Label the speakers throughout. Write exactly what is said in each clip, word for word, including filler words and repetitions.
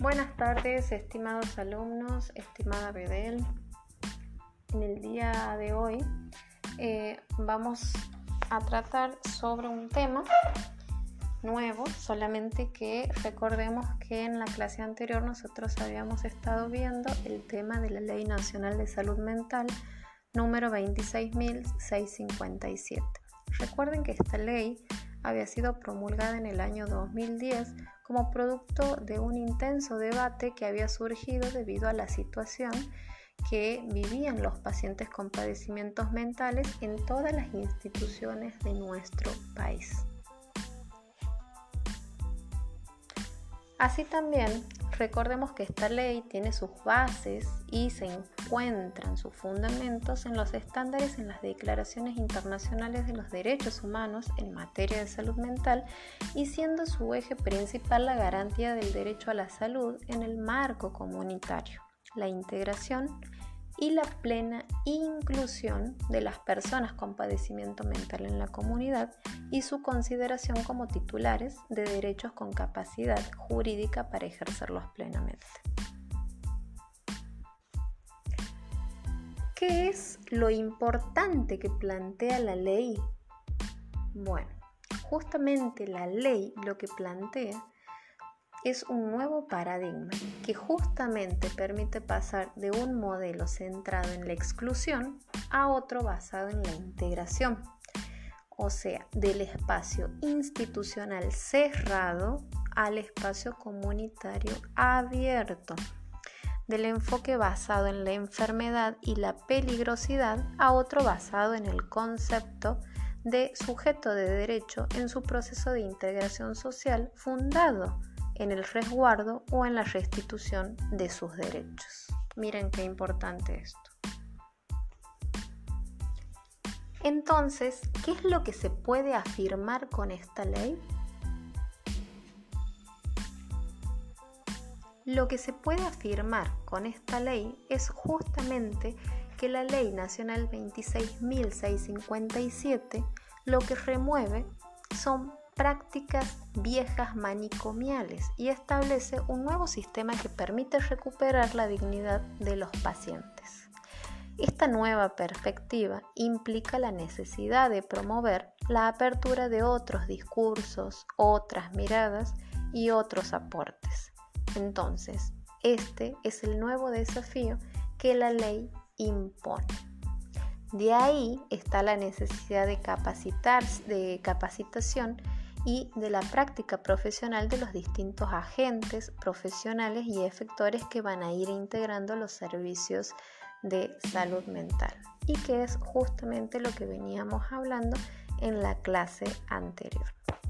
Speaker 1: Buenas tardes, estimados alumnos, estimada Bedel. En el día de hoy eh, vamos a tratar sobre un tema nuevo, solamente que recordemos que en la clase anterior nosotros habíamos estado viendo el tema de la Ley Nacional de Salud Mental número veintiséis mil seiscientos cincuenta y siete. Recuerden que esta ley había sido promulgada en el año dos mil diez como producto de un intenso debate que había surgido debido a la situación que vivían los pacientes con padecimientos mentales en todas las instituciones de nuestro país. Así también, recordemos que esta ley tiene sus bases y se encuentran sus fundamentos en los estándares en las declaraciones internacionales de los derechos humanos en materia de salud mental y siendo su eje principal la garantía del derecho a la salud en el marco comunitario, la integración y la plena inclusión de las personas con padecimiento mental en la comunidad y su consideración como titulares de derechos con capacidad jurídica para ejercerlos plenamente. ¿Qué es lo importante que plantea la ley? Bueno, justamente la ley lo que plantea es un nuevo paradigma que justamente permite pasar de un modelo centrado en la exclusión a otro basado en la integración, o sea, del espacio institucional cerrado al espacio comunitario abierto, del enfoque basado en la enfermedad y la peligrosidad a otro basado en el concepto de sujeto de derecho en su proceso de integración social fundado en el resguardo o en la restitución de sus derechos. Miren qué importante esto. Entonces, ¿qué es lo que se puede afirmar con esta ley? Lo que se puede afirmar con esta ley es justamente que la Ley Nacional veintiséis mil seiscientos cincuenta y siete lo que remueve son prácticas viejas manicomiales y establece un nuevo sistema que permite recuperar la dignidad de los pacientes. Esta nueva perspectiva implica la necesidad de promover la apertura de otros discursos, otras miradas y otros aportes. Entonces, este es el nuevo desafío que la ley impone. De ahí está la necesidad de capacitar, de capacitación y de la práctica profesional de los distintos agentes profesionales y efectores que van a ir integrando los servicios de salud mental y que es justamente lo que veníamos hablando en la clase anterior.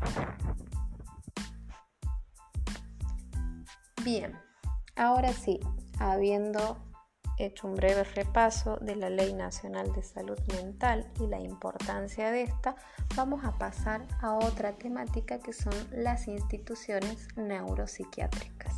Speaker 1: Bien, ahora sí, habiendo hecho un breve repaso de la Ley Nacional de Salud Mental y la importancia de esta, vamos a pasar a otra temática que son las instituciones neuropsiquiátricas.